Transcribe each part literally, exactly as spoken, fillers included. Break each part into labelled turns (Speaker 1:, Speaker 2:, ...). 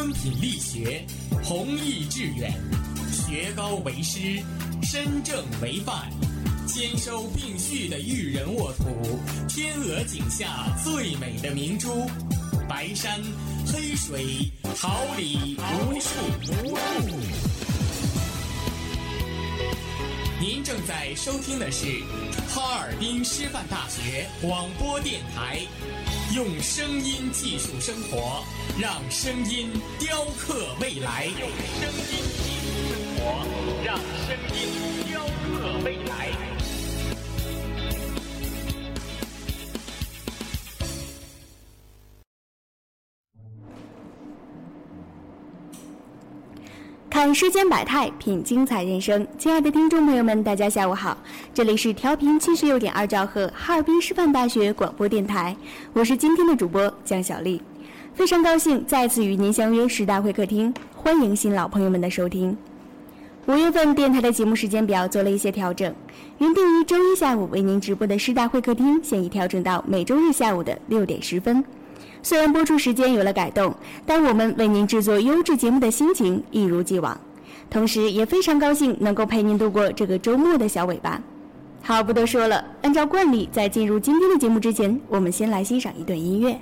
Speaker 1: 敦品力学，弘毅致远，学高为师，身正为范，兼收并蓄的育人沃土，天鹅颈下最美的明珠，白山黑水，桃李无数无数。您正在收听的是哈尔滨师范大学广播电台，用声音技术生活，让声音雕刻未来。用声音技术生活，让声音雕刻未来。
Speaker 2: 看世间百态，品精彩人生。亲爱的听众朋友们，大家下午好，这里是调频七十六点二兆赫哈尔滨师范大学广播电台，我是今天的主播江小丽，非常高兴再次与您相约师大会客厅，欢迎新老朋友们的收听。五月份电台的节目时间表做了一些调整，原定于周一下午为您直播的师大会客厅，现已调整到每周日下午的六点十分。虽然播出时间有了改动，但我们为您制作优质节目的心情一如既往，同时也非常高兴能够陪您度过这个周末的小尾巴。好，不多说了，按照惯例，在进入今天的节目之前，我们先来欣赏一段音乐。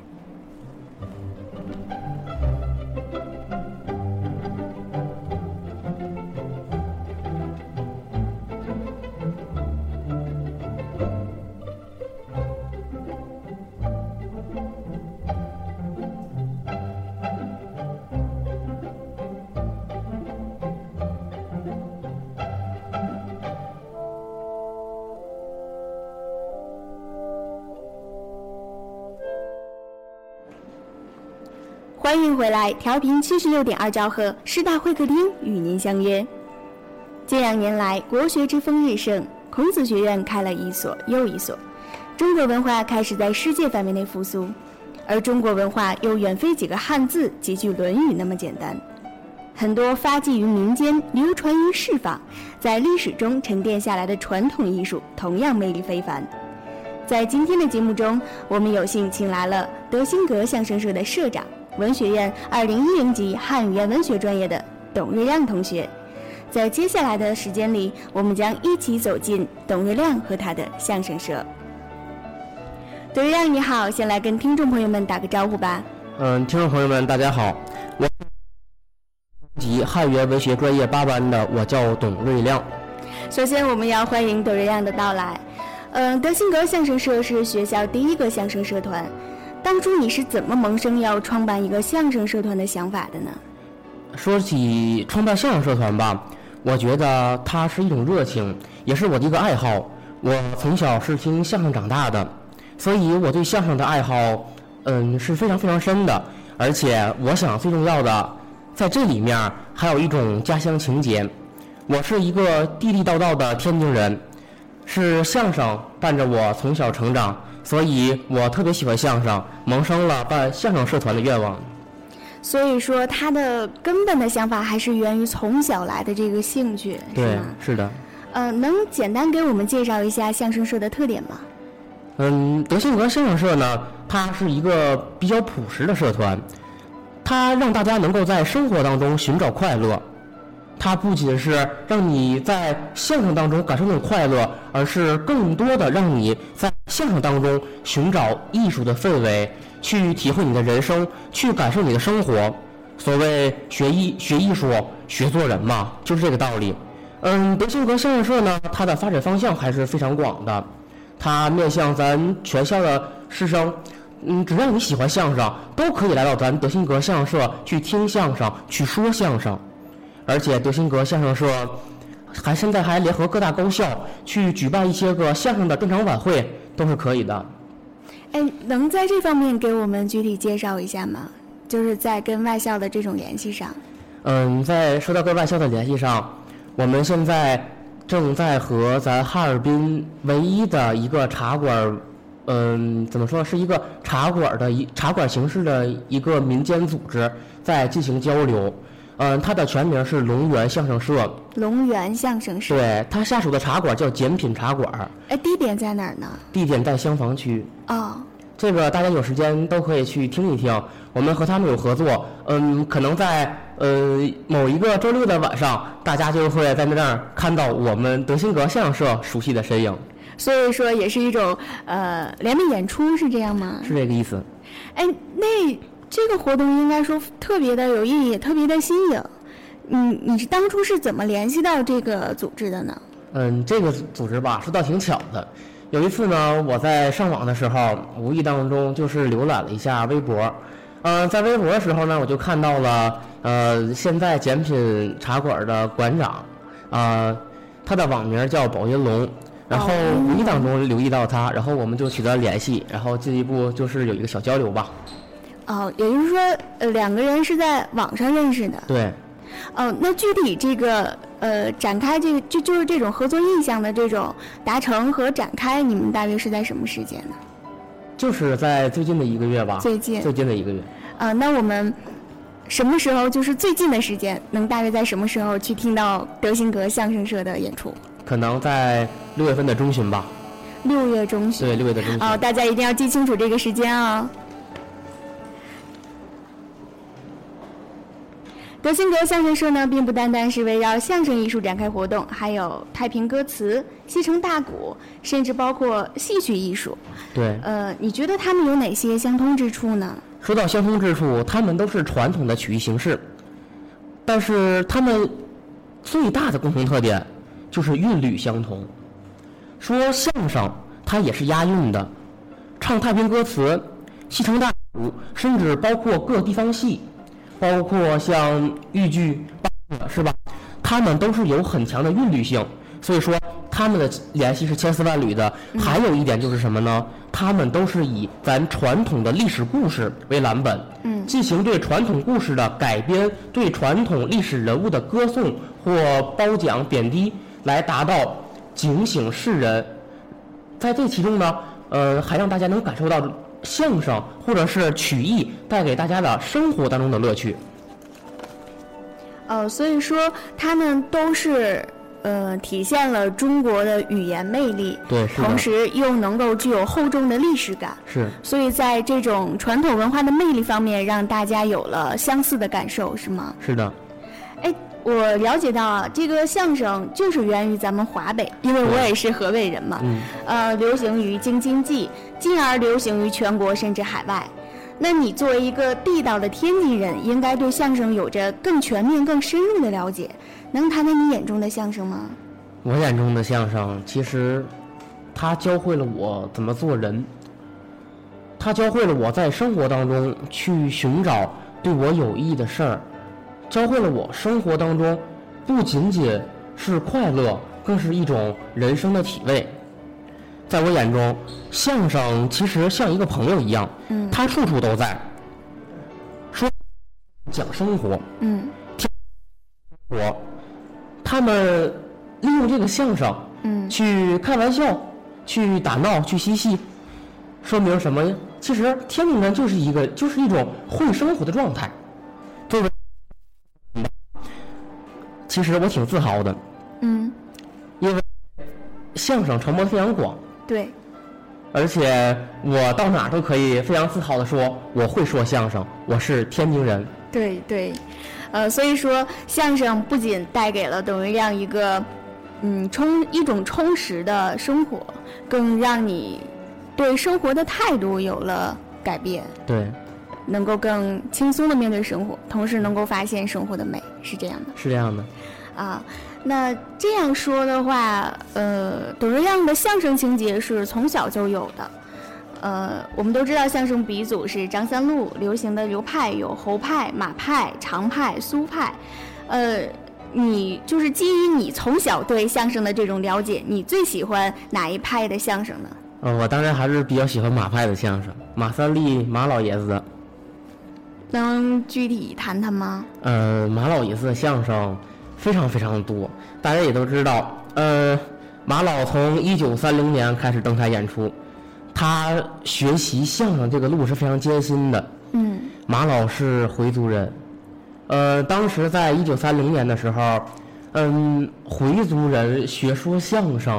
Speaker 2: 欢迎回来，调频七十六点二兆赫师大会客厅与您相约。近两年来，国学之风日盛，孔子学院开了一所又一所，中国文化开始在世界范围内复苏，而中国文化又远非几个汉字几句《论语》那么简单，很多发迹于民间、流传于世坊，在历史中沉淀下来的传统艺术同样魅力非凡。在今天的节目中，我们有幸请来了德兴阁相声社的社长，文学院二零一零级汉语言文学专业的董瑞亮同学。在接下来的时间里，我们将一起走进董瑞亮和他的相声社。董瑞亮你好，先来跟听众朋友们打个招呼吧。
Speaker 3: 嗯，听众朋友们大家好，我级汉语言文学专业八班的，我叫董瑞亮。
Speaker 2: 首先我们要欢迎董瑞亮的到来。嗯，德兴阁相声社是学校第一个相声社团，当初你是怎么萌生要创办一个相声社团的想法的呢？
Speaker 3: 说起创办相声社团吧，我觉得它是一种热情，也是我的一个爱好。我从小是听相声长大的，所以我对相声的爱好嗯是非常非常深的。而且我想最重要的，在这里面还有一种家乡情节。我是一个地地道道的天津人，是相声伴着我从小成长，所以我特别喜欢相声，萌生了办相声社团的愿望。
Speaker 2: 所以说他的根本的想法还是源于从小来的这个兴趣，
Speaker 3: 对，
Speaker 2: 是吗？
Speaker 3: 是的。
Speaker 2: 呃，能简单给我们介绍一下相声社的特点吗？
Speaker 3: 嗯，德兴阁相声社呢，它是一个比较朴实的社团，它让大家能够在生活当中寻找快乐。它不仅是让你在相声当中感受那种快乐，而是更多的让你在相声当中寻找艺术的氛围，去体会你的人生，去感受你的生活。所谓学艺学艺术学做人嘛，就是这个道理。嗯，德兴阁相声社呢，它的发展方向还是非常广的，它面向咱全校的师生，嗯，只要你喜欢相声，都可以来到咱德兴阁相声社去听相声，去说相声。而且德兴阁相声社还现在还联合各大高校去举办一些个相声的专场晚会，都是可以的。
Speaker 2: 哎，能在这方面给我们具体介绍一下吗？就是在跟外校的这种联系上。
Speaker 3: 嗯，在说到跟外校的联系上，我们现在正在和咱哈尔滨唯一的一个茶馆，嗯，怎么说，是一个茶馆的一茶馆形式的一个民间组织在进行交流。嗯，它的全名是龙源相声社。
Speaker 2: 龙源相声社。
Speaker 3: 对，它下属的茶馆叫简品茶馆。
Speaker 2: 哎，地点在哪儿呢？
Speaker 3: 地点在厢房区。
Speaker 2: 哦。
Speaker 3: 这个大家有时间都可以去听一听。我们和他们有合作，嗯，可能在呃某一个周六的晚上，大家就会在那儿看到我们德兴阁相声社熟悉的身影。
Speaker 2: 所以说，也是一种呃联名演出，是这样吗？
Speaker 3: 是这个意思。
Speaker 2: 哎，那这个活动应该说特别的有意义，特别的新颖。嗯，你是当初是怎么联系到这个组织的呢？
Speaker 3: 嗯，这个组织吧，说倒挺巧的。有一次呢，我在上网的时候，无意当中就是浏览了一下微博。嗯、呃，在微博的时候呢，我就看到了呃，现在简品茶馆的馆长，啊、呃，他的网名叫宝云龙。然后无意当中留意到他，然后我们就取得联系，然后进一步就是有一个小交流吧。
Speaker 2: 哦，也就是说，呃，两个人是在网上认识的。
Speaker 3: 对。
Speaker 2: 哦，那具体这个呃展开这个就就是这种合作意向的这种达成和展开，你们大约是在什么时间呢？
Speaker 3: 就是在最近的一个月吧。
Speaker 2: 最近。
Speaker 3: 最近的一个月。
Speaker 2: 呃，那我们什么时候就是最近的时间，能大约在什么时候去听到德兴阁相声社的演出？
Speaker 3: 可能在六月份的中旬吧。
Speaker 2: 六月中旬。
Speaker 3: 对，六月的中旬。
Speaker 2: 哦，大家一定要记清楚这个时间啊、哦。德兴阁相声社呢，并不单单是围绕相声艺术展开活动，还有太平歌词、西城大鼓，甚至包括戏曲艺术。
Speaker 3: 对。
Speaker 2: 呃，你觉得他们有哪些相通之处呢？
Speaker 3: 说到相通之处，他们都是传统的曲艺形式，但是他们最大的共同特点就是韵律相同。说相声，它也是押韵的，唱太平歌词、西城大鼓，甚至包括各地方戏。包括像豫剧、是吧？他们都是有很强的韵律性，所以说他们的联系是千丝万缕的。嗯、还有一点就是什么呢？他们都是以咱传统的历史故事为蓝本，嗯，进行对传统故事的改编，对传统历史人物的歌颂或褒奖、贬低，来达到警醒世人。在这其中呢，呃，还让大家能感受到相声或者是曲艺带给大家的生活当中的乐趣。
Speaker 2: 呃，所以说他们都是呃体现了中国的语言魅力，
Speaker 3: 对，是的，
Speaker 2: 同时又能够具有厚重的历史感，
Speaker 3: 是。
Speaker 2: 所以在这种传统文化的魅力方面，让大家有了相似的感受，是吗？
Speaker 3: 是的。
Speaker 2: 哎，我了解到啊，这个相声就是源于咱们华北，因为我也是河北人嘛，嗯，呃，流行于京津冀，进而流行于全国甚至海外。那你作为一个地道的天津人，应该对相声有着更全面、更深入的了解。能谈谈你眼中的相声吗？
Speaker 3: 我眼中的相声，其实它教会了我怎么做人，它教会了我在生活当中去寻找对我有益的事儿，教会了我生活当中不仅仅是快乐，更是一种人生的体味。在我眼中，相声其实像一个朋友一样，嗯，他处处都在，说讲生活，嗯，听活，他们利用这个相声，嗯，去开玩笑，去打闹，去嬉戏，说明什么呀？其实天津人就是一个，就是一种会生活的状态。作为，其实我挺自豪的，嗯，因为相声传播非常广。
Speaker 2: 对，
Speaker 3: 而且我到哪都可以非常自豪地说我会说相声，我是天津人。
Speaker 2: 对对，呃，所以说相声不仅带给了等于这样一个嗯充一种充实的生活，更让你对生活的态度有了改变。
Speaker 3: 对，
Speaker 2: 能够更轻松地面对生活，同时能够发现生活的美，是这样的。
Speaker 3: 是这样的。
Speaker 2: 啊，那这样说的话，呃，董瑞亮的相声情节是从小就有的。呃，我们都知道相声鼻祖是张三禄，流行的流派有侯派、马派、常派、苏派。呃，你就是基于你从小对相声的这种了解，你最喜欢哪一派的相声呢？
Speaker 3: 呃，我当然还是比较喜欢马派的相声，马三立马老爷子的。
Speaker 2: 能具体谈谈吗？
Speaker 3: 呃，马老爷子的相声非常非常多，大家也都知道，呃，马老从一九三零年开始登台演出，他学习相声这个路是非常艰辛的。嗯，马老是回族人，呃，当时在一九三零年的时候，嗯，回族人学说相声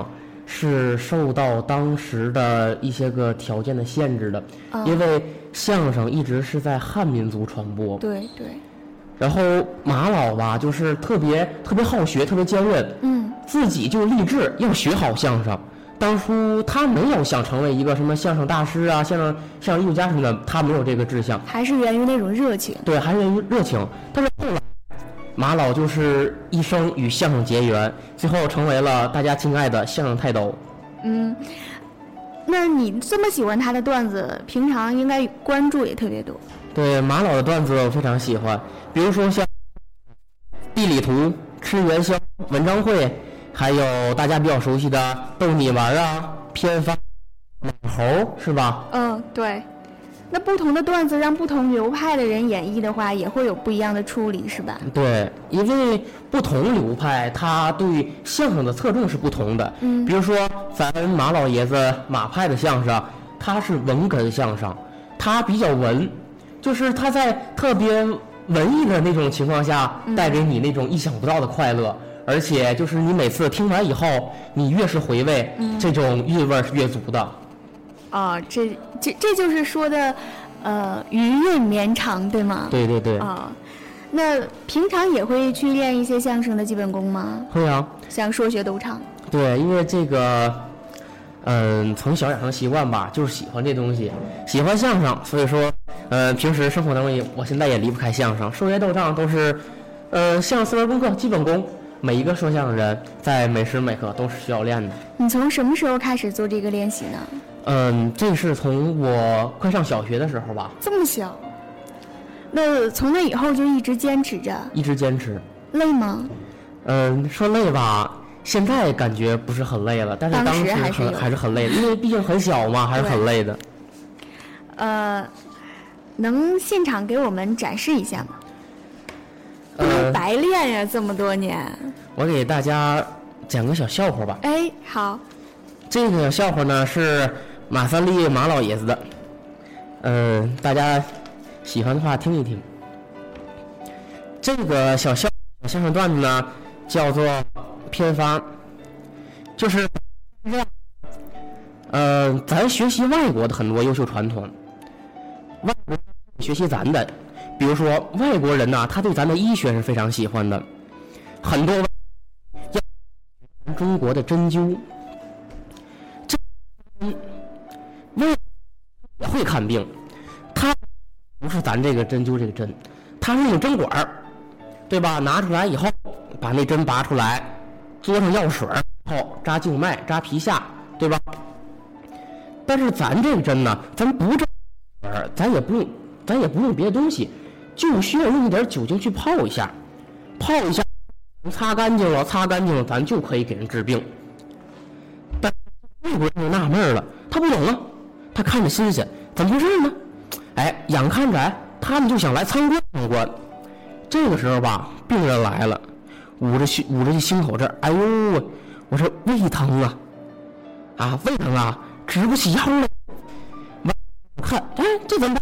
Speaker 3: 是受到当时的一些个条件的限制的，
Speaker 2: 哦、
Speaker 3: 因为相声一直是在汉民族传播。
Speaker 2: 对对。
Speaker 3: 然后马老吧，就是特别特别好学，特别坚韧，
Speaker 2: 嗯，
Speaker 3: 自己就立志要学好相声。当初他没有想成为一个什么相声大师啊、相声相声艺术家什么的，他没有这个志向，
Speaker 2: 还是源于那种热情。
Speaker 3: 对，还是源于热情。但是后来，马老就是一生与相声结缘，最后成为了大家敬爱的相声泰斗。
Speaker 2: 嗯，那你这么喜欢他的段子，平常应该关注也特别多。
Speaker 3: 对，马老的段子我非常喜欢，比如说像地理图、吃元宵、文章会，还有大家比较熟悉的逗你玩啊、偏方、马猴，是吧？
Speaker 2: 嗯，对。那不同的段子让不同流派的人演绎的话，也会有不一样的处理，是吧？
Speaker 3: 对，因为不同流派他对相声的侧重是不同的。
Speaker 2: 嗯，
Speaker 3: 比如说咱马老爷子马派的相声，他是文哏相声，他比较文，就是他在特别文艺的那种情况下，带给你那种意想不到的快乐。嗯，而且就是你每次听完以后，你越是回味，嗯，这种韵味是越足的。
Speaker 2: 哦，这这这就是说的，呃，余韵绵长，对吗？
Speaker 3: 对对对。
Speaker 2: 啊、哦，那平常也会去练一些相声的基本功吗？
Speaker 3: 会啊，
Speaker 2: 像说学逗唱。
Speaker 3: 对，因为这个，嗯，从小养成习惯吧，就是喜欢这东西，喜欢相声，所以说，呃，平时生活当中，我现在也离不开相声，说学逗唱都是，呃，相声四门功课基本功。每一个说相声人在每时每刻都是需要练的。
Speaker 2: 你从什么时候开始做这个练习呢？
Speaker 3: 嗯，这是从我快上小学的时候吧。
Speaker 2: 这么小？那从那以后就一直坚持着？
Speaker 3: 一直坚持。
Speaker 2: 累吗？
Speaker 3: 嗯，说累吧，现在感觉不是很累了，但是当时
Speaker 2: 还是
Speaker 3: 还是很累的，因为毕竟很小嘛，还是很累的。
Speaker 2: 呃，能现场给我们展示一下吗？不能白练呀，这么多年。
Speaker 3: 我给大家讲个小笑话吧。
Speaker 2: 哎，好。
Speaker 3: 这个笑话呢是马三立马老爷子的，嗯、呃，大家喜欢的话听一听。这个小笑相声段子呢叫做偏方，就是这样。呃，咱学习外国的很多优秀传统，外国学习咱的。比如说外国人呐，他对咱的医学是非常喜欢的，很多要中国的针灸，这外也会看病，他不是咱这个针灸这个针，他是用针管，对吧？拿出来以后，把那针拔出来，嘬上药水后扎静脉、扎皮下，对吧？但是咱这个针呢，咱不针管，咱也不用，咱也不用别的东西。就需要用一点酒精去泡一下，泡一下，擦干净了，擦干净了，咱就可以给人治病。但外国人就纳闷了，他不懂啊，他看着新鲜，怎么回事呢？哎，眼看着哎，他们就想来参观参观。这个时候吧，病人来了，捂着心捂着心口这儿，哎呦，我说胃疼啊，啊，胃疼啊，直不起腰来。我看，哎，这怎么办？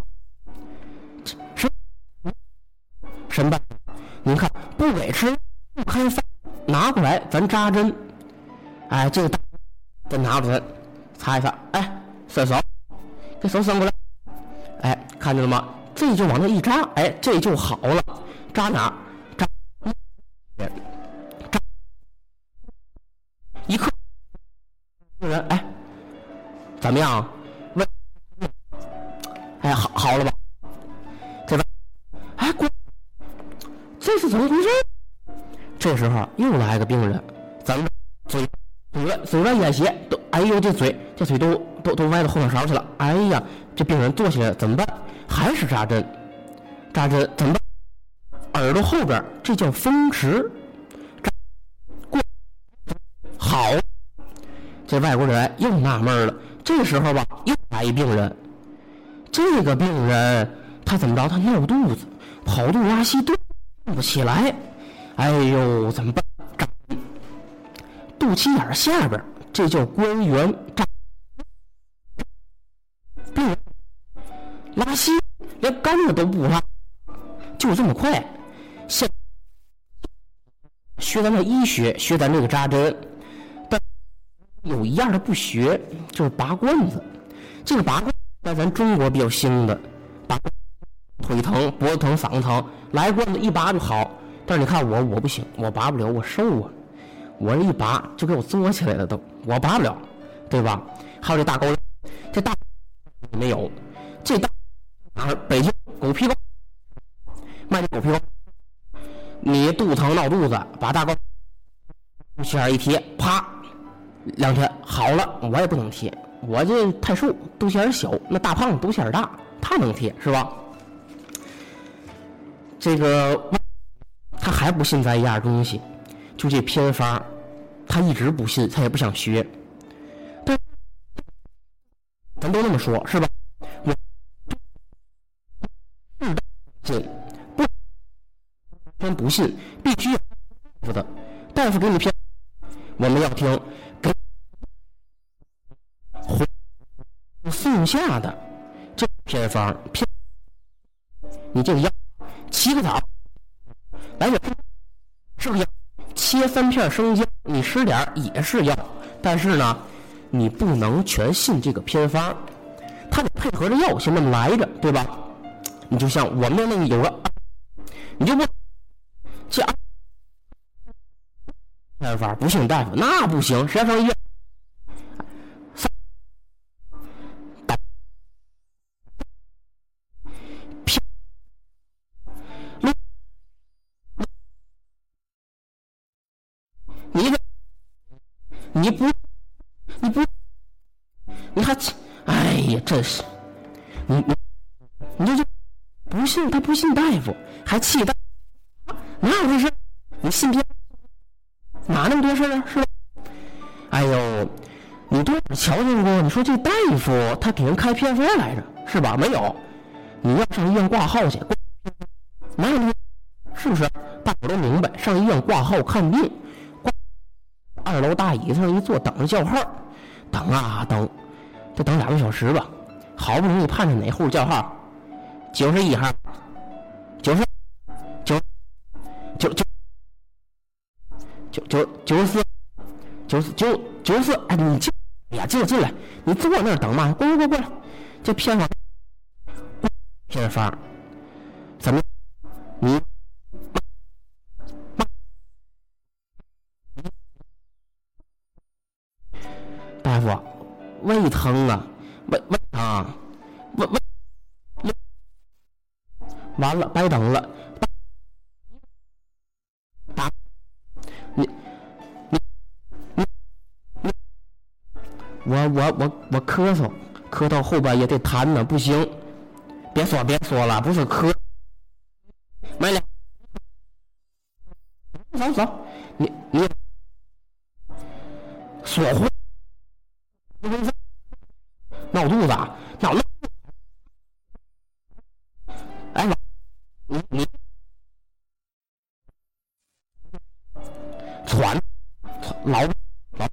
Speaker 3: 神办，您看不给吃不开饭，拿过来咱扎针，哎，这个大再拿过来擦一擦，哎，扫扫，给手伸过来，哎，看见了吗？这就往那一扎，哎，这就好了。扎哪？扎扎一刻，个人，哎，怎么样？问，哎，好好了吧？这边，哎，过。这是怎么回事？这时候又来个病人，咱们嘴嘴外嘴外眼斜都，哎呦，这嘴这嘴都都都歪到后脑勺去了。哎呀，这病人坐起来怎么办？还是扎针，扎针怎么办？耳朵后边这叫风池，扎过好。这外国人又纳闷了。这时候吧，又来一病人，这个病人他怎么着？他闹肚子，跑肚拉稀肚。动不起来，哎呦，怎么办？扎肚脐眼下边，这叫关元扎。病人拉稀，连干的都不拉，就这么快。现学咱的医学，学咱这个扎针，但有一样的不学，就是拔罐子。这个拔罐在咱中国比较兴的，拔腿疼、脖子疼、嗓子疼，来罐子一拔就好。但是你看我，我不行，我拔不了，我瘦啊，我这一拔就给我坐起来了都，我拔不了，对吧？还有这大高粱，这大没有，这大啊，北京狗皮膏卖的狗皮膏，你肚子疼闹肚子，把大高肚脐眼一贴，啪，两天好了。我也不能贴，我这太瘦，肚脐眼小，那大胖子肚脐眼大，他能贴是吧？这个他还不信咱一样东西，就这偏方，他一直不信，他也不想学。但咱都那么说，是吧？我信不真不信，必须有大夫的，大夫给你偏，我们要听给送下的这偏方偏，你这个药七个枣，来点是不是药？切三片生姜，你吃点也是药，但是呢，你不能全信这个偏方，它得配合着药先那么来着，对吧？你就像我们那个有个，你就不这偏方不信大夫那不行，谁要上医院？你这，你不，你不，你还，哎呀，真是，你你你这就不信他不信大夫，还气大夫，哪有这事？你信偏，哪那么多事啊？是吧？哎呦，你多少瞧见过？你说这大夫他给人开偏方来着，是吧？没有，你要上医院挂号去，哪有那么，是不是？大伙都明白，上医院挂号看病。二楼大椅子上一坐，等着叫号，等啊等，得等两个小时吧。好不容易盼着哪户叫号，九十一号，九十，九，九九，九九九十四，九十九九十四。哎，你进，哎呀，进来进来，你坐那儿等嘛，过来过来过来，这偏方，偏方，怎么？你。大夫，胃疼啊，胃胃疼、啊，胃胃，完了，白等了。打你你你你，我我我我咳嗽，咳到后边也得痰呢，不行，别说别说了，不是咳，买两，走走，你你锁回。闹肚子啊，闹闹，哎，你你喘，老老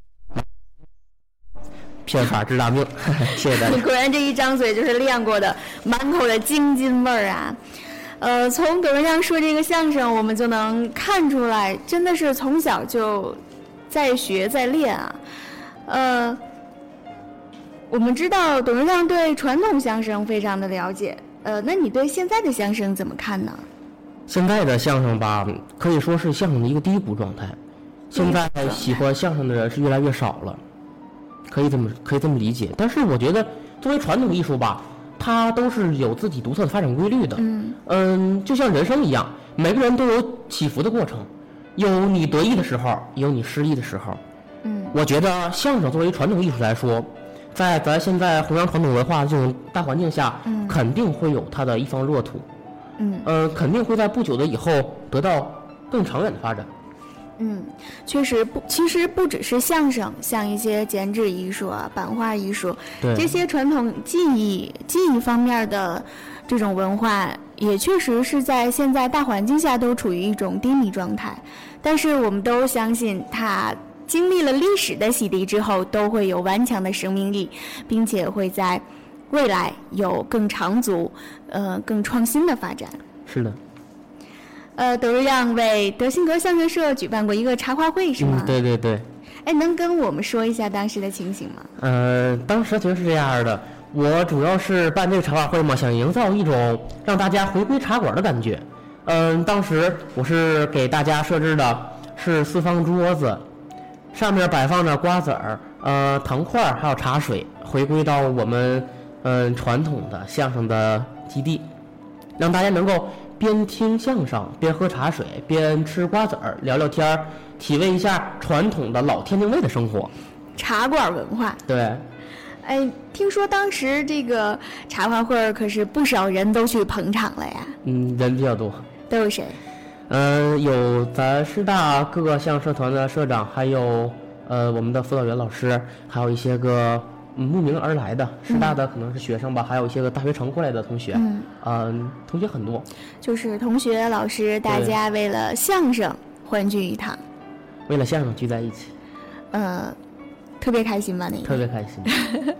Speaker 3: 偏方治大病，谢谢大家。
Speaker 2: 果然这一张嘴就是练过的，满口的京津味儿啊。呃，从葛文亮说这个相声，我们就能看出来，真的是从小就在学在练啊。呃。我们知道董事长对传统相声非常的了解，呃，那你对现在的相声怎么看呢？
Speaker 3: 现在的相声吧，可以说是相声的一个低谷状态。现在喜欢相声的人是越来越少了，可以这么可以这么理解。但是我觉得，作为传统艺术吧，它都是有自己独特的发展规律的。嗯嗯，就像人生一样，每个人都有起伏的过程，有你得意的时候，也有你失意的时候。嗯，我觉得相声作为传统艺术来说，在咱现在弘扬传统文化这种大环境下，嗯，肯定会有它的一方乐土，嗯，呃，肯定会在不久的以后得到更长远的发展。
Speaker 2: 嗯，确实不，其实不只是相声，像一些剪纸艺术啊、版画艺术，这些传统技艺、技艺方面的这种文化，也确实是在现在大环境下都处于一种低迷状态。但是我们都相信它经历了历史的洗涤之后，都会有顽强的生命力，并且会在未来有更长足、呃更创新的发展。
Speaker 3: 是的。
Speaker 2: 呃，董事长为德兴阁相声社举办过一个茶话会，是吗？
Speaker 3: 嗯，对对对。
Speaker 2: 哎，能跟我们说一下当时的情形吗？
Speaker 3: 呃，当时就是这样的，我主要是办这个茶话会嘛，想营造一种让大家回归茶馆的感觉。嗯，当时我是给大家设置的是四方桌子，上面摆放着瓜子儿、呃糖块还有茶水，回归到我们嗯传统的相声的基地，让大家能够边听相声边喝茶水边吃瓜子儿聊聊天儿，体味一下传统的老天津卫的生活。
Speaker 2: 茶馆文化。
Speaker 3: 对。
Speaker 2: 哎，听说当时这个茶话会可是不少人都去捧场了呀。
Speaker 3: 嗯，人比较多。
Speaker 2: 都有谁？
Speaker 3: 嗯、呃，有咱师大各个相声社团的社长，还有呃我们的辅导员老师，还有一些个、嗯、慕名而来的师大的可能是学生吧，嗯、还有一些个大学城过来的同学。嗯，呃、同学很多。
Speaker 2: 就是同学、老师，大家为了相声欢聚一堂。
Speaker 3: 为了相声聚在一起。
Speaker 2: 呃，特别开心吧？那个。
Speaker 3: 特别开心。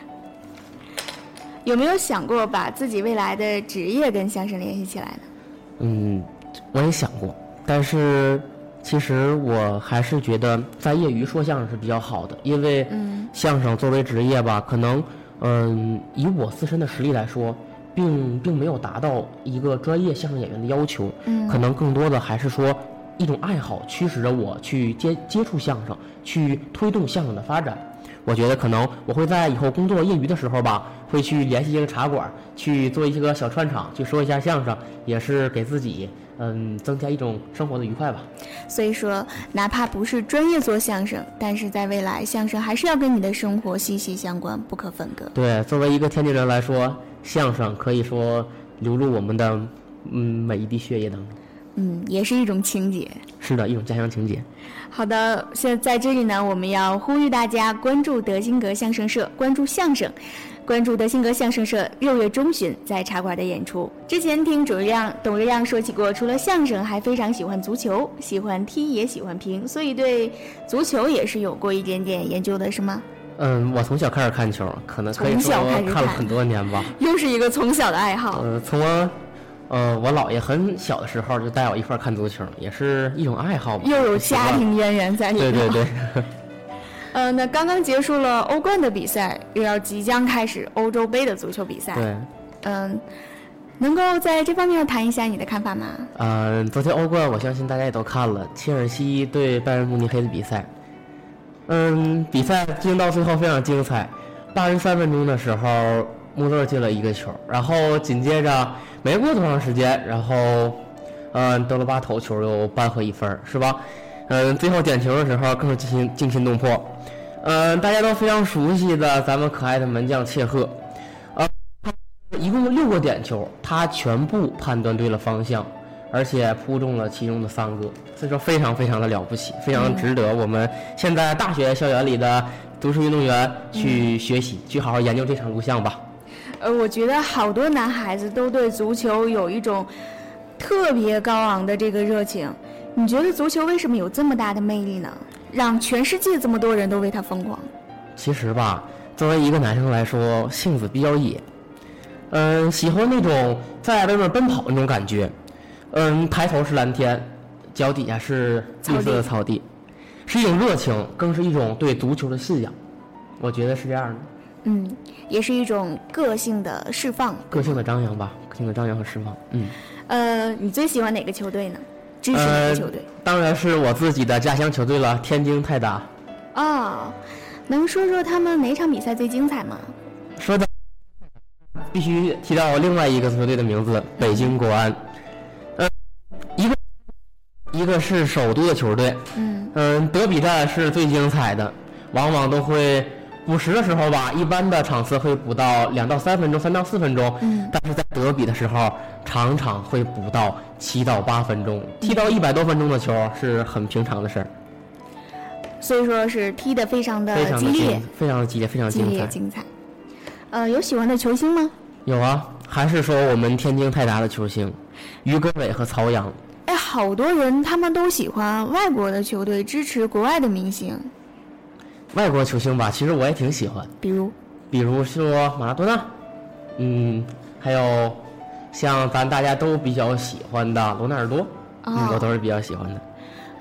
Speaker 2: 有没有想过把自己未来的职业跟相声联系起来呢？
Speaker 3: 嗯，我也想过，但是其实我还是觉得在业余说相声是比较好的，因为相声作为职业吧，可能嗯以我自身的实力来说，并并没有达到一个专业相声演员的要求，嗯，可能更多的还是说一种爱好驱使着我去接接触相声，去推动相声的发展。我觉得可能我会在以后工作业余的时候吧，会去联系一个茶馆，去做一些个小串场，去说一下相声，也是给自己嗯增加一种生活的愉快吧。
Speaker 2: 所以说，哪怕不是专业做相声，但是在未来，相声还是要跟你的生活息息相关，不可分割。
Speaker 3: 对，作为一个天津人来说，相声可以说流入我们的嗯每一滴血液当中。
Speaker 2: 嗯，也是一种情节。
Speaker 3: 是的，一种家乡情节。
Speaker 2: 好的，现在在这里呢，我们要呼吁大家关注德兴阁相声社，关注相声，关注德兴阁相声社六月中旬在茶馆的演出。之前听主亮董日亮说起过，除了相声，还非常喜欢足球，喜欢踢也喜欢评，所以对足球也是有过一点点研究的，是吗？
Speaker 3: 嗯，我从小开始看球，可能可以说看了很多年吧。
Speaker 2: 又是一个从小的爱好。
Speaker 3: 呃，从我呃，我姥爷很小的时候就带我一块看足球，也是一种爱好吧。
Speaker 2: 又有家庭渊源在里面。
Speaker 3: 对对对。
Speaker 2: 呃，那刚刚结束了欧冠的比赛，又要即将开始欧洲杯的足球比赛。
Speaker 3: 对。
Speaker 2: 嗯、呃，能够在这方面谈一下你的看法吗？
Speaker 3: 嗯、呃，昨天欧冠我相信大家也都看了，切尔西对拜仁慕尼黑的比赛。嗯，比赛进行到最后非常精彩。八十三分钟的时候，穆勒进了一个球，然后紧接着没过多长时间，然后，嗯，德罗巴头球又扳回一分，是吧？嗯，最后点球的时候更是惊心惊心动魄。嗯，大家都非常熟悉的咱们可爱的门将切赫，呃，一共六个点球，他全部判断对了方向，而且扑中了其中的三个，所以说非常非常的了不起，非常值得我们现在大学校园里的足球运动员去学习，嗯、去好好研究这场录像吧。
Speaker 2: 呃，我觉得好多男孩子都对足球有一种特别高昂的这个热情。你觉得足球为什么有这么大的魅力呢？让全世界这么多人都为他疯狂？
Speaker 3: 其实吧，作为一个男生来说，性子比较野，嗯，喜欢那种在外面奔跑那种感觉，嗯，抬头是蓝天，脚底下是绿色的草地，是一种热情，更是一种对足球的信仰。我觉得是这样的。
Speaker 2: 嗯，也是一种个性的释放，
Speaker 3: 个性的张扬吧，个性的张扬和释放。嗯，
Speaker 2: 呃，你最喜欢哪个球队呢？支持哪个球队？
Speaker 3: 呃、当然是我自己的家乡球队了，天津泰达。
Speaker 2: 哦，能说说他们哪场比赛最精彩吗？
Speaker 3: 说的必须提到另外一个球队的名字，北京国安。呃，一个一个是首都的球队，嗯嗯，德比战是最精彩的，往往都会。补时的时候吧，一般的场次会补到两到三分钟，三到四分钟。嗯，但是在德比的时候，常常会补到七到八分钟，踢到一百多分钟的球是很平常的事儿。
Speaker 2: 所以说是踢得非常的激烈，
Speaker 3: 非常的激烈，非常的精彩。
Speaker 2: 精彩。呃，有喜欢的球星吗？
Speaker 3: 有啊，还是说我们天津泰达的球星于根伟和曹阳。
Speaker 2: 哎，好多人他们都喜欢外国的球队，支持国外的明星。
Speaker 3: 外国球星吧，其实我也挺喜欢，
Speaker 2: 比如，
Speaker 3: 比如说马拉多纳，嗯，还有像咱大家都比较喜欢的罗纳尔多，哦、嗯，我都是比较喜欢的。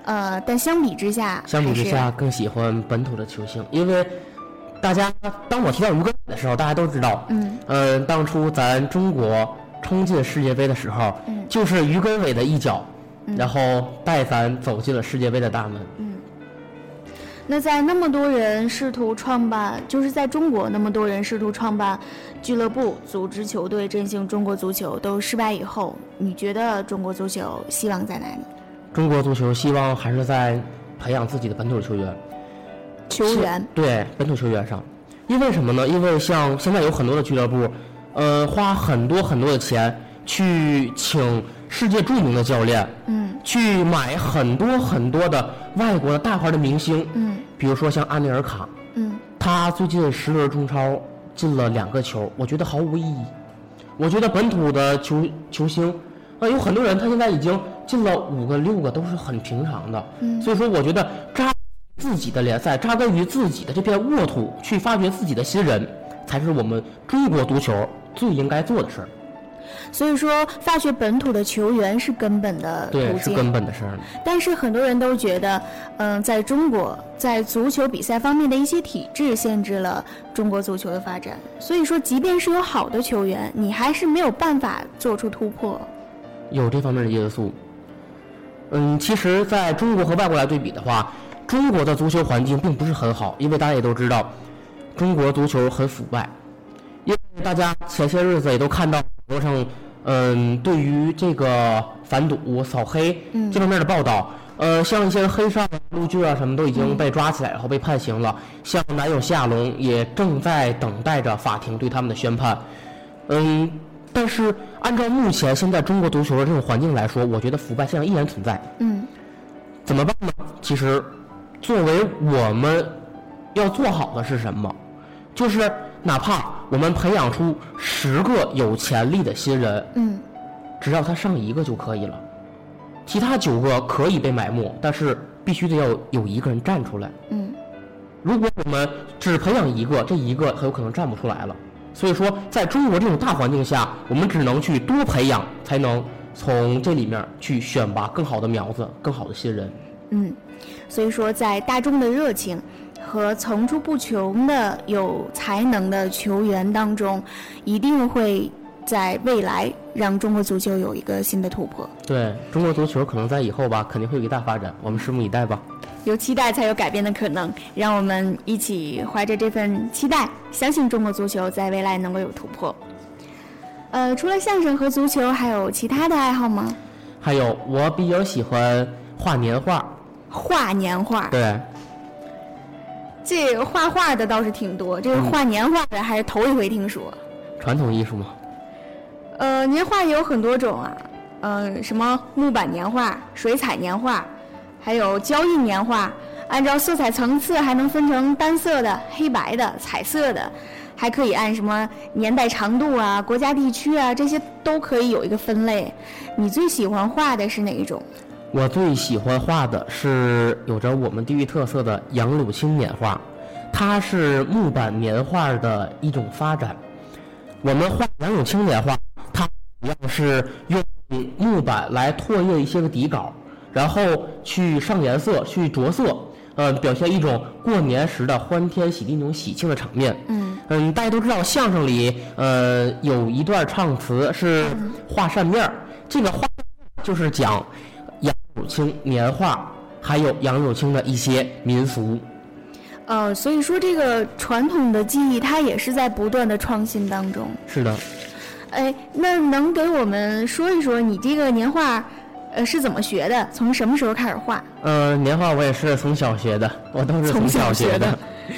Speaker 2: 呃，但相比之下，
Speaker 3: 相比之下更喜欢本土的球星，因为大家当我提到于根伟的时候，大家都知道，嗯，呃，当初咱中国冲进世界杯的时候，嗯，就是于根伟的一脚，嗯、然后带咱走进了世界杯的大门。
Speaker 2: 嗯，那在那么多人试图创办，就是在中国那么多人试图创办俱乐部、组织球队、振兴中国足球都失败以后，你觉得中国足球希望在哪里？
Speaker 3: 中国足球希望还是在培养自己的本土球员。
Speaker 2: 球员
Speaker 3: 对本土球员上，因为什么呢？因为像现在有很多的俱乐部，呃，花很多很多的钱去请世界著名的教练，嗯，去买很多很多的外国的大牌的明星，嗯，比如说像阿内尔卡，嗯，他最近十轮中超进了两个球，我觉得毫无意义。我觉得本土的球球星，啊，有很多人他现在已经进了五个六个都是很平常的，嗯，所以说我觉得扎自己的联赛，扎根于自己的这片沃土，去发掘自己的新人，才是我们中国足球最应该做的事儿。
Speaker 2: 所以说，发掘本土的球员是根本的途径，
Speaker 3: 对，是根本的事儿。
Speaker 2: 但是很多人都觉得，嗯，在中国，在足球比赛方面的一些体制限制了中国足球的发展。所以说，即便是有好的球员，你还是没有办法做出突破。
Speaker 3: 有这方面的因素。嗯，其实在中国和外国来对比的话，中国的足球环境并不是很好，因为大家也都知道，中国足球很腐败。因为大家前些日子也都看到网上，嗯，对于这个反赌、扫黑这方面的报道，嗯、呃，像一些黑哨、陆剧啊什么都已经被抓起来，然后被判刑了。像男友夏龙也正在等待着法庭对他们的宣判。嗯，但是按照目前现在中国足球的这种环境来说，我觉得腐败现象依然存在。嗯，怎么办呢？其实，作为我们要做好的是什么？就是哪怕我们培养出十个有潜力的新人，嗯，只要他上一个就可以了，其他九个可以被埋没，但是必须得要有一个人站出来。嗯，如果我们只培养一个，这一个很有可能站不出来了。所以说，在中国这种大环境下，我们只能去多培养，才能从这里面去选拔更好的苗子、更好的新人。
Speaker 2: 嗯，所以说，在大众的热情和层出不穷的有才能的球员当中，一定会在未来让中国足球有一个新的突破。
Speaker 3: 对，中国足球可能在以后吧，肯定会有一个大发展，我们拭目以待吧。
Speaker 2: 有期待才有改变的可能，让我们一起怀着这份期待，相信中国足球在未来能够有突破。呃，除了相声和足球，还有其他的爱好吗？
Speaker 3: 还有，我比较喜欢画年画。
Speaker 2: 画年画？
Speaker 3: 对。
Speaker 2: 这个画画的倒是挺多，这个画年画的还是头一回听说。
Speaker 3: 嗯、传统艺术吗？
Speaker 2: 呃，年画也有很多种啊，呃，什么木板年画、水彩年画，还有胶印年画，按照色彩层次还能分成单色的、黑白的、彩色的，还可以按什么年代长度啊、国家地区啊，这些都可以有一个分类。你最喜欢画的是哪一种？
Speaker 3: 我最喜欢画的是有着我们地域特色的杨柳青年画，它是木板年画的一种发展。我们画杨柳青年画，它主要是用木板来拓印一些个底稿，然后去上颜色、去着色，呃，表现一种过年时的欢天喜地那种喜庆的场面。嗯嗯，大家都知道相声里，呃，有一段唱词是画扇面，嗯、这个画就是讲杨柳青年画，还有杨柳青的一些民俗。
Speaker 2: 呃，所以说这个传统的技艺，它也是在不断的创新当中。
Speaker 3: 是的。
Speaker 2: 哎，那能给我们说一说你这个年画，呃，是怎么学的？从什么时候开始画？
Speaker 3: 呃，年画我也是从小学的，我都是从小学的。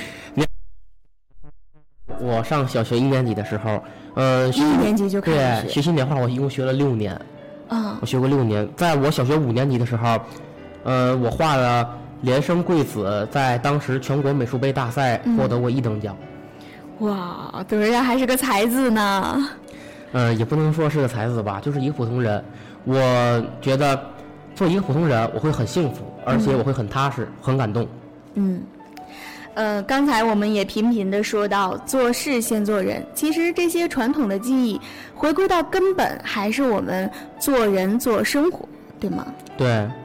Speaker 3: 我上小学一年级的时候，呃，
Speaker 2: 一年级就开始学。
Speaker 3: 对，学习年画我一共学了六年。
Speaker 2: 啊、嗯，
Speaker 3: 我学过六年。在我小学五年级的时候，呃，我画了连生贵子，在当时全国美术杯大赛获得过一等奖。
Speaker 2: 嗯、哇，对呀，还是个才子呢。
Speaker 3: 嗯、呃，也不能说是个才子吧，就是一个普通人。我觉得做一个普通人，我会很幸福，而且我会很踏实，嗯、很感动。
Speaker 2: 嗯。呃，刚才我们也频频地说到做事先做人，其实这些传统的技艺回归到根本还是我们做人做生活，对吗？
Speaker 3: 对。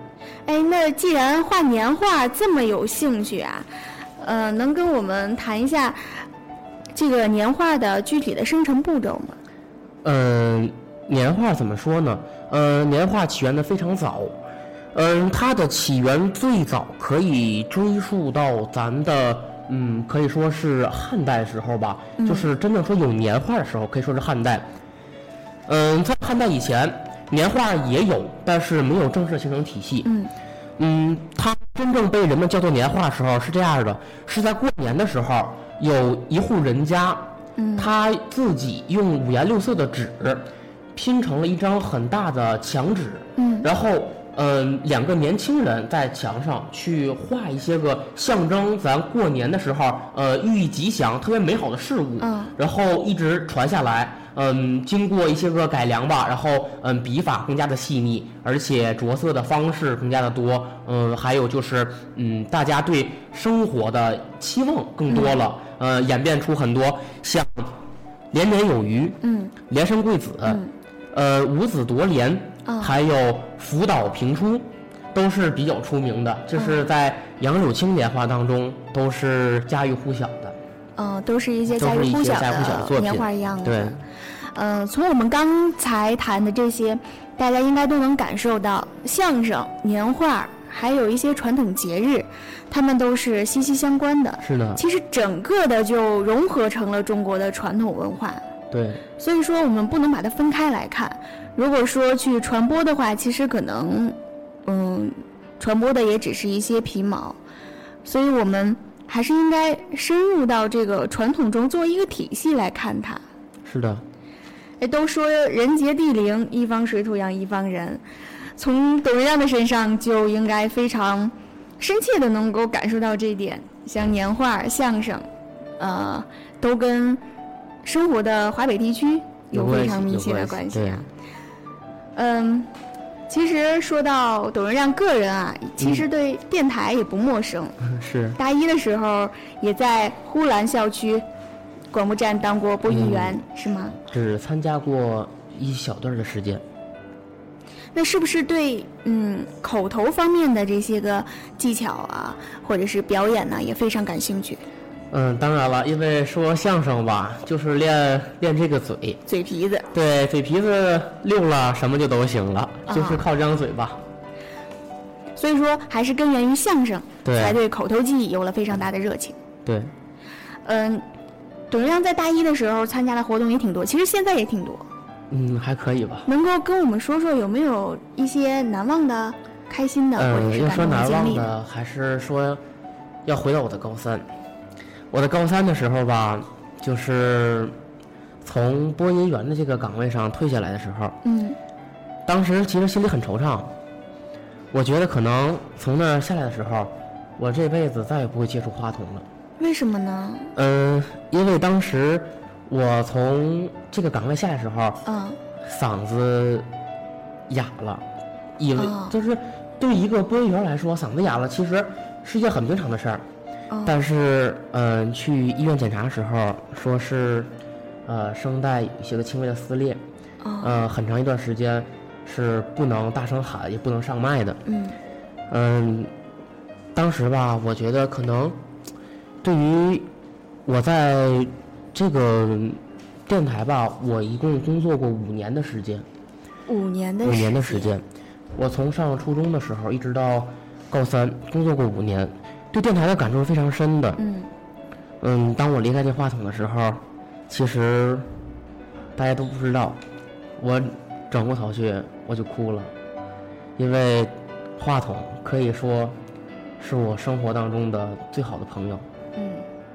Speaker 2: 哎，那既然画年画这么有兴趣啊，呃，能跟我们谈一下这个年画的具体的生成步骤吗？
Speaker 3: 嗯、呃，年画怎么说呢？呃，年画起源的非常早，嗯、呃，它的起源最早可以追溯到咱的，嗯，可以说是汉代时候吧，嗯、就是真正说有年画的时候，可以说是汉代。嗯、呃，在汉代以前，年画也有，但是没有正式形成体系。
Speaker 2: 嗯，
Speaker 3: 嗯，它真正被人们叫做年画的时候是这样的，是在过年的时候，有一户人家，
Speaker 2: 嗯，
Speaker 3: 他自己用五颜六色的纸拼成了一张很大的墙纸，
Speaker 2: 嗯，
Speaker 3: 然后嗯、呃，两个年轻人在墙上去画一些个象征咱过年的时候呃寓意吉祥、特别美好的事物，
Speaker 2: 嗯，
Speaker 3: 然后一直传下来。嗯，经过一些个改良吧，然后嗯，笔法更加的细腻，而且着色的方式更加的多。嗯，还有就是嗯，大家对生活的期望更多了。嗯、呃，演变出很多像连年有余，
Speaker 2: 嗯，
Speaker 3: 连生贵子，
Speaker 2: 嗯，
Speaker 3: 呃，五子夺连，
Speaker 2: 哦、
Speaker 3: 还有辅导评书，都是比较出名的。就是在杨柳青年画当中，都是家喻户晓的。
Speaker 2: 嗯、呃，都是一些家喻户晓的年画样子。
Speaker 3: 对。
Speaker 2: 嗯、呃，从我们刚才谈的这些，大家应该都能感受到，相声、年画，还有一些传统节日，它们都是息息相关的。
Speaker 3: 是的。
Speaker 2: 其实整个的就融合成了中国的传统文化。
Speaker 3: 对。
Speaker 2: 所以说，我们不能把它分开来看。如果说去传播的话，其实可能，嗯，传播的也只是一些皮毛。所以我们还是应该深入到这个传统中，作为一个体系来看它。
Speaker 3: 是的。
Speaker 2: 哎，都说人杰地灵，一方水土养一方人，从董仁亮的身上就应该非常深切的能够感受到这一点。像年画、相声，呃，都跟生活的华北地区有非常密切的关系啊。嗯，其实说到董仁亮个人啊，其实对电台也不陌生。
Speaker 3: 嗯、是。
Speaker 2: 大一的时候也在呼兰校区广播站当过播音员、嗯、是吗？
Speaker 3: 只参加过一小段的时间。
Speaker 2: 那是不是对嗯口头方面的这些个技巧啊，或者是表演呢，也非常感兴趣？
Speaker 3: 嗯，当然了，因为说相声吧，就是练练这个嘴，
Speaker 2: 嘴皮子。
Speaker 3: 对，嘴皮子溜了，什么就都行了，啊、就是靠这张嘴巴。
Speaker 2: 所以说，还是根源于相声，
Speaker 3: 对，
Speaker 2: 才对口头技艺有了非常大的热情。
Speaker 3: 对。
Speaker 2: 嗯。董仁亮在大一的时候参加的活动也挺多，其实现在也挺多。
Speaker 3: 嗯，还可以吧。
Speaker 2: 能够跟我们说说有没有一些难忘的、开心的，或者是感动的经历？
Speaker 3: 要说难忘的，还是说要回到我的高三。我的高三的时候吧，就是从播音员的这个岗位上退下来的时候，
Speaker 2: 嗯，
Speaker 3: 当时其实心里很惆怅。我觉得可能从那儿下来的时候，我这辈子再也不会接触话筒了。
Speaker 2: 为什么呢？
Speaker 3: 嗯，因为当时我从这个岗位下来的时候，
Speaker 2: 嗯，
Speaker 3: 嗓子哑了，以为、哦、就是对一个播音员来说，嗓子哑了其实是一件很平常的事儿。
Speaker 2: 哦、
Speaker 3: 但是，嗯、呃，去医院检查的时候，说是，呃，声带有一些个轻微的撕裂，
Speaker 2: 哦、
Speaker 3: 呃，很长一段时间是不能大声喊，也不能上麦的。
Speaker 2: 嗯，
Speaker 3: 嗯，当时吧，我觉得可能。对于我在这个电台吧，我一共工作过五年的时间。
Speaker 2: 五年的
Speaker 3: 五年的时间，我从上初中的时候一直到高三，工作过五年，对电台的感受是非常深的。
Speaker 2: 嗯
Speaker 3: 嗯，当我离开这话筒的时候，其实大家都不知道，我转过头去我就哭了，因为话筒可以说是我生活当中的最好的朋友。
Speaker 2: 嗯，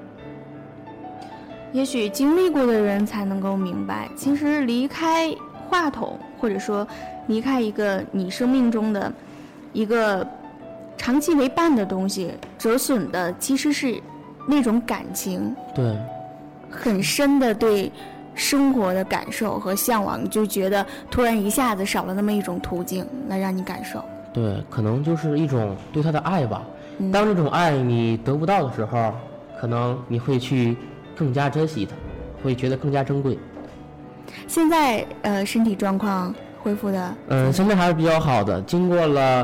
Speaker 2: 也许经历过的人才能够明白，其实离开话筒，或者说离开一个你生命中的一个长期为伴的东西，折损的其实是那种感情，
Speaker 3: 对，
Speaker 2: 很深的对生活的感受和向往，就觉得突然一下子少了那么一种途径来让你感受。
Speaker 3: 对，可能就是一种对他的爱吧。嗯、当这种爱你得不到的时候，可能你会去更加珍惜它，会觉得更加珍贵。
Speaker 2: 现在呃，身体状况恢复的，
Speaker 3: 嗯，现在还是比较好的。经过了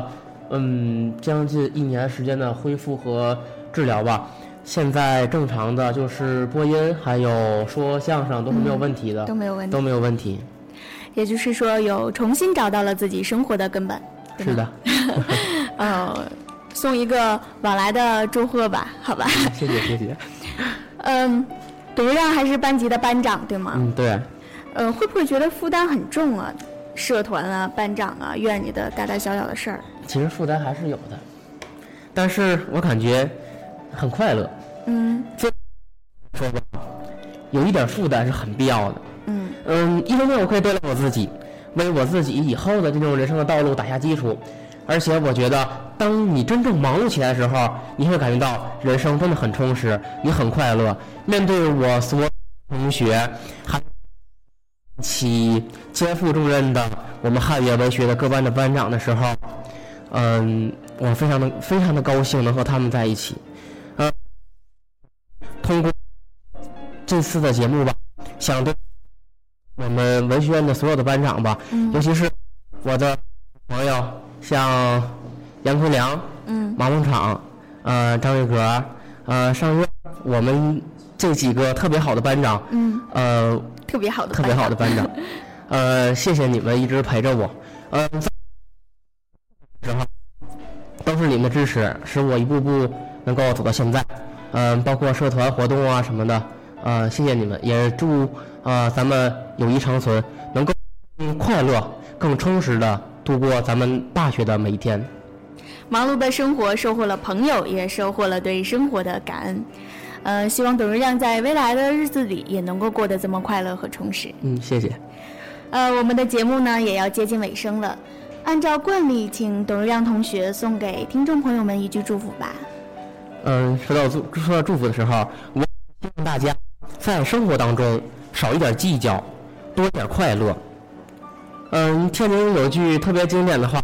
Speaker 3: 嗯将近一年时间的恢复和治疗吧。现在正常的就是播音还有说相声都是没有问题的、
Speaker 2: 嗯、都没有问题
Speaker 3: 都没有问题。
Speaker 2: 也就是说有重新找到了自己生活的根本。
Speaker 3: 是的。
Speaker 2: 呃送一个往来的祝贺吧，好吧。
Speaker 3: 谢谢谢谢。
Speaker 2: 嗯，董事长还是班级的班长对吗？
Speaker 3: 嗯，对。
Speaker 2: 呃会不会觉得负担很重啊？社团啊，班长啊，院里的大大小小的事儿。
Speaker 3: 其实负担还是有的，但是我感觉很快乐。
Speaker 2: 嗯，
Speaker 3: 这说吧，有一点负担是很必要的。
Speaker 2: 嗯
Speaker 3: 嗯，一方面我可以锻炼我自己，为我自己以后的这种人生的道路打下基础。而且我觉得，当你真正忙碌起来的时候，你会感觉到人生真的很充实，你很快乐。面对我所有同学，还起肩负重任的我们汉语言文学的各班的班长的时候，嗯，我非常的非常的高兴能和他们在一起。嗯，通过这次的节目吧，想对我们文学院的所有的班长吧，
Speaker 2: 嗯、
Speaker 3: 尤其是我的朋友，像杨坤良、
Speaker 2: 嗯、
Speaker 3: 马梦场、呃张玉阁、呃上月，我们这几个特别好的班长，
Speaker 2: 嗯，
Speaker 3: 呃
Speaker 2: 特别好的
Speaker 3: 特别好的班长，呃谢谢你们一直陪着我，呃时候都是你们的支持，使我一步步能够走到现在，嗯、呃，包括社团活动啊什么的，呃谢谢你们，也祝呃咱们友谊长存，能够更快乐、更充实的度过咱们大学的每一天。
Speaker 2: 忙碌的生活收获了朋友，也收获了对生活的感恩。呃，希望董事长在未来的日子里也能够过得这么快乐和充实。
Speaker 3: 嗯，谢谢。
Speaker 2: 呃，我们的节目呢也要接近尾声了，按照惯例，请董事长同学送给听众朋友们一句祝福吧。
Speaker 3: 嗯，说到祝说到祝福的时候，我希望大家在生活当中少一点计较，多一点快乐。嗯，天津有句特别经典的话。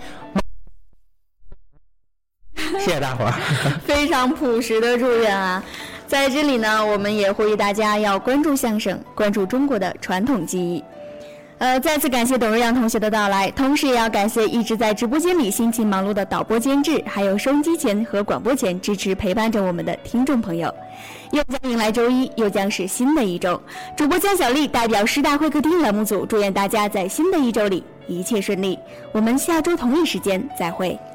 Speaker 3: 谢谢大伙儿。
Speaker 2: 非常朴实的祝愿啊！在这里呢，我们也呼吁大家要关注相声，关注中国的传统技艺。呃，再次感谢董事长同学的到来，同时也要感谢一直在直播间里辛勤忙碌的导播监制，还有收音机前和广播前支持陪伴着我们的听众朋友。又将迎来周一，又将是新的一周。主播江小丽代表师大会客厅栏目组，祝愿大家在新的一周里一切顺利。我们下周同一时间再会。